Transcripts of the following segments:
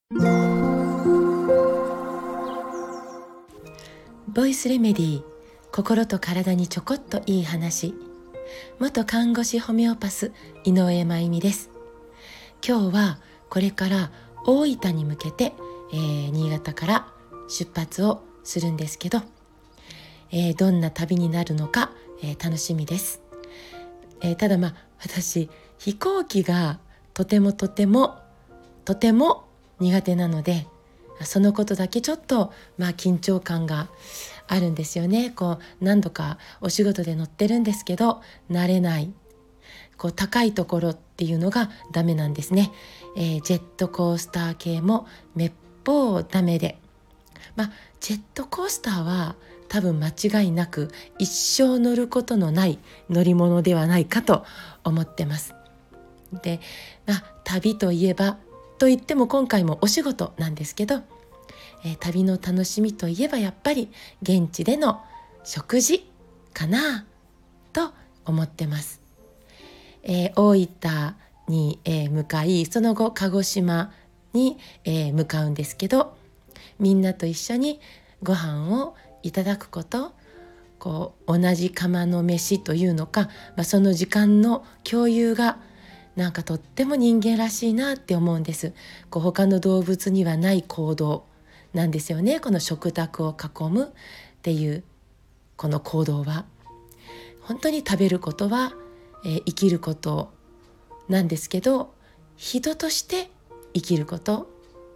ボイスレメディー、心と体にちょこっといい話。元看護師ホメオパス井上真由美です。今日はこれから大分に向けて、新潟から出発をするんですけど、どんな旅になるのか、楽しみです。ただ私飛行機がとても苦手なので、そのことだけちょっと緊張感があるんですよね。何度かお仕事で乗ってるんですけど慣れない、高いところっていうのがダメなんですね。ジェットコースター系もめっぽうダメで、ジェットコースターは多分間違いなく一生乗ることのない乗り物ではないかと思ってます。で、旅といえばと言っても今回もお仕事なんですけど、旅の楽しみといえばやっぱり現地での食事かなと思ってます。大分に、向かい、その後鹿児島に、向かうんですけど、みんなと一緒にご飯をいただくこと、同じ釜の飯というのか、その時間の共有がとっても人間らしいなって思うんです。他の動物にはない行動なんですよね。この食卓を囲むっていうこの行動は本当に食べることは、生きることなんですけど、人として生きること、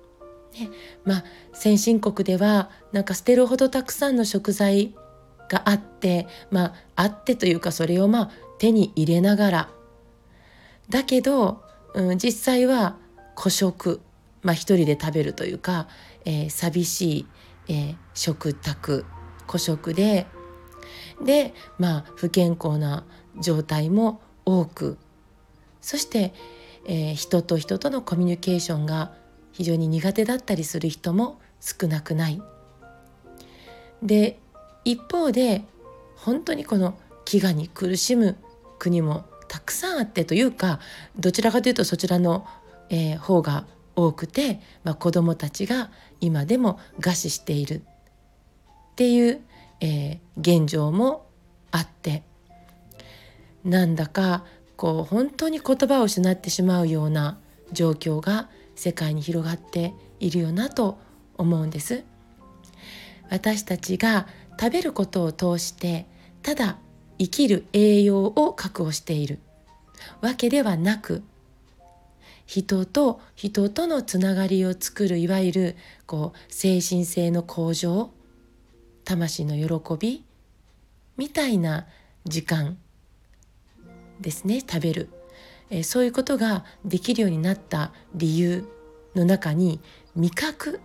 先進国では捨てるほどたくさんの食材があって、あってというか、それを手に入れながらだけど、実際は孤食、一人で食べるというか、寂しい、食卓、孤食で不健康な状態も多く、そして、人と人とのコミュニケーションが非常に苦手だったりする人も少なくない。で、一方で本当にこの飢餓に苦しむ国もたくさんあってというか、どちらかというとそちらの、方が多くて、子どもたちが今でも餓死しているっていう、現状もあって、なんだか本当に言葉を失ってしまうような状況が世界に広がっているよなと思うんです。私たちが食べることを通してただ生きる栄養を確保しているわけではなく、人と人とのつながりを作る、いわゆる精神性の向上、魂の喜びみたいな時間ですね。食べる、そういうことができるようになった理由の中に味覚、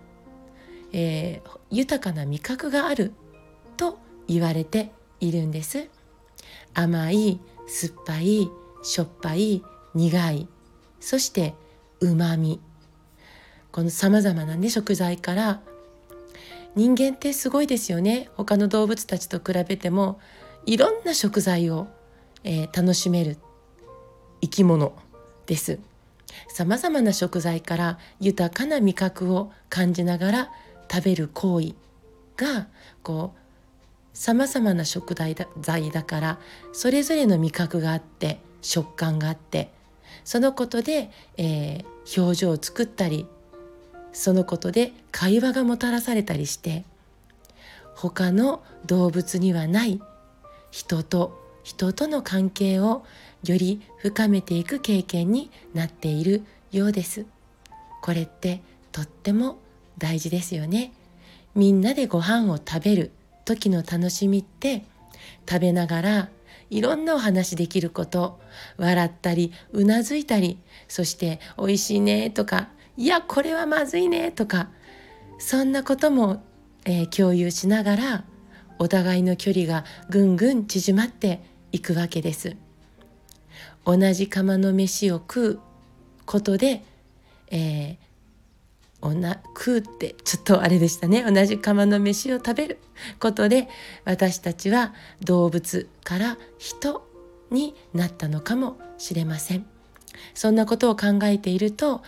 豊かな味覚があると言われているんです。甘い、酸っぱい、しょっぱい、苦い、そしてうまみ、このさまざまな食材から、人間ってすごいですよね。他の動物たちと比べてもいろんな食材を、楽しめる生き物です。さまざまな食材から豊かな味覚を感じながら食べる行為が、さまざまな食材だからそれぞれの味覚があって食感があって、そのことで、表情を作ったり、そのことで会話がもたらされたりして、他の動物にはない人と人との関係をより深めていく経験になっているようです。これってとっても大事ですよね。みんなでご飯を食べる時の楽しみって、食べながらいろんなお話できること、笑ったりうなずいたり、そして美味しいねとか、いやこれはまずいねとか、そんなことも、共有しながらお互いの距離がぐんぐん縮まっていくわけです。同じ釜の飯を食うことで、食うってちょっとあれでしたね。同じ釜の飯を食べることで私たちは動物から人になったのかもしれません。そんなことを考えていると、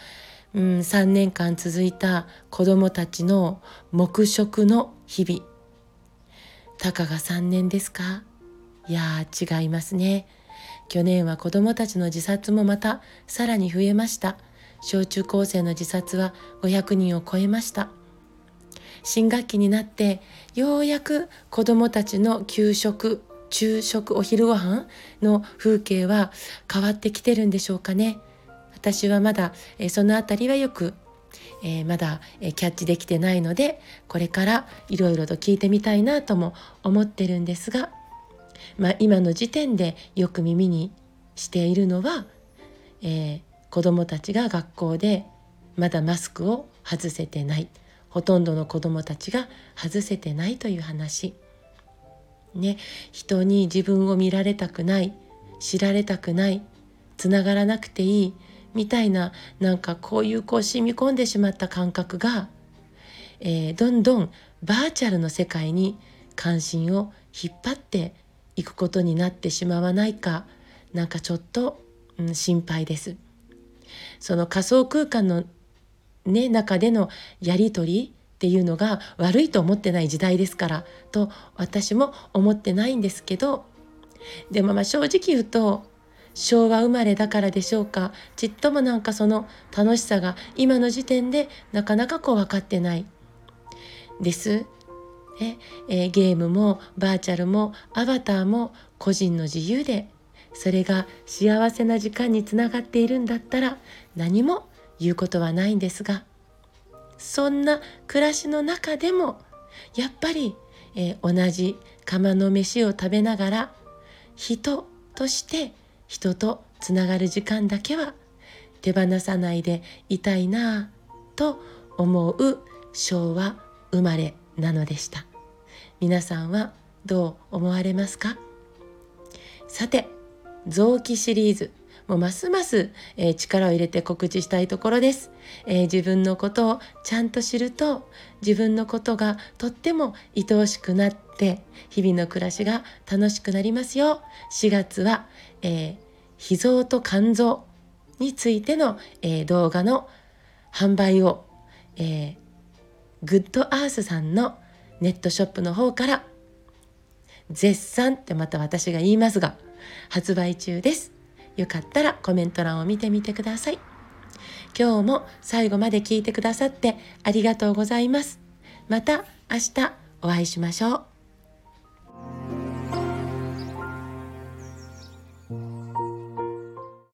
3年間続いた子どもたちの黙食の日々。たかが3年ですか？いやー違いますね。去年は子どもたちの自殺もまたさらに増えました。小中高生の自殺は500人を超えました。新学期になってようやく子どもたちの給食、昼食、お昼ご飯の風景は変わってきてるんでしょうかね。私はまだそのあたりはよくまだキャッチできてないので、これからいろいろと聞いてみたいなとも思ってるんですが、今の時点でよく耳にしているのは、子どもたちが学校でまだマスクを外せてない、ほとんどの子どもたちが外せてないという話ね。人に自分を見られたくない、知られたくない、つながらなくていいみたいな、なんかこういう染み込んでしまった感覚が、どんどんバーチャルの世界に関心を引っ張っていくことになってしまわないか、なんかちょっと、心配です。その仮想空間の、中でのやり取りっていうのが悪いと思ってない時代ですからと私も思ってないんですけど、でも正直言うと昭和生まれだからでしょうか、ちっともなんかその楽しさが今の時点でなかなか分かってないです。ゲームもバーチャルもアバターも個人の自由で、それが幸せな時間につながっているんだったら何も言うことはないんですが、そんな暮らしの中でもやっぱり、同じ釜の飯を食べながら人として人とつながる時間だけは手放さないでいたいなと思う昭和生まれなのでした。皆さんはどう思われますか？さて、臓器シリーズもうますます、力を入れて告知したいところです。自分のことをちゃんと知ると自分のことがとっても愛おしくなって日々の暮らしが楽しくなりますよ。4月は、脾臓と肝臓についての、動画の販売を、グッドアースさんのネットショップの方から絶賛ってまた私が言いますが発売中です。よかったらコメント欄を見てみてください。今日も最後まで聞いてくださってありがとうございます。また明日お会いしましょう。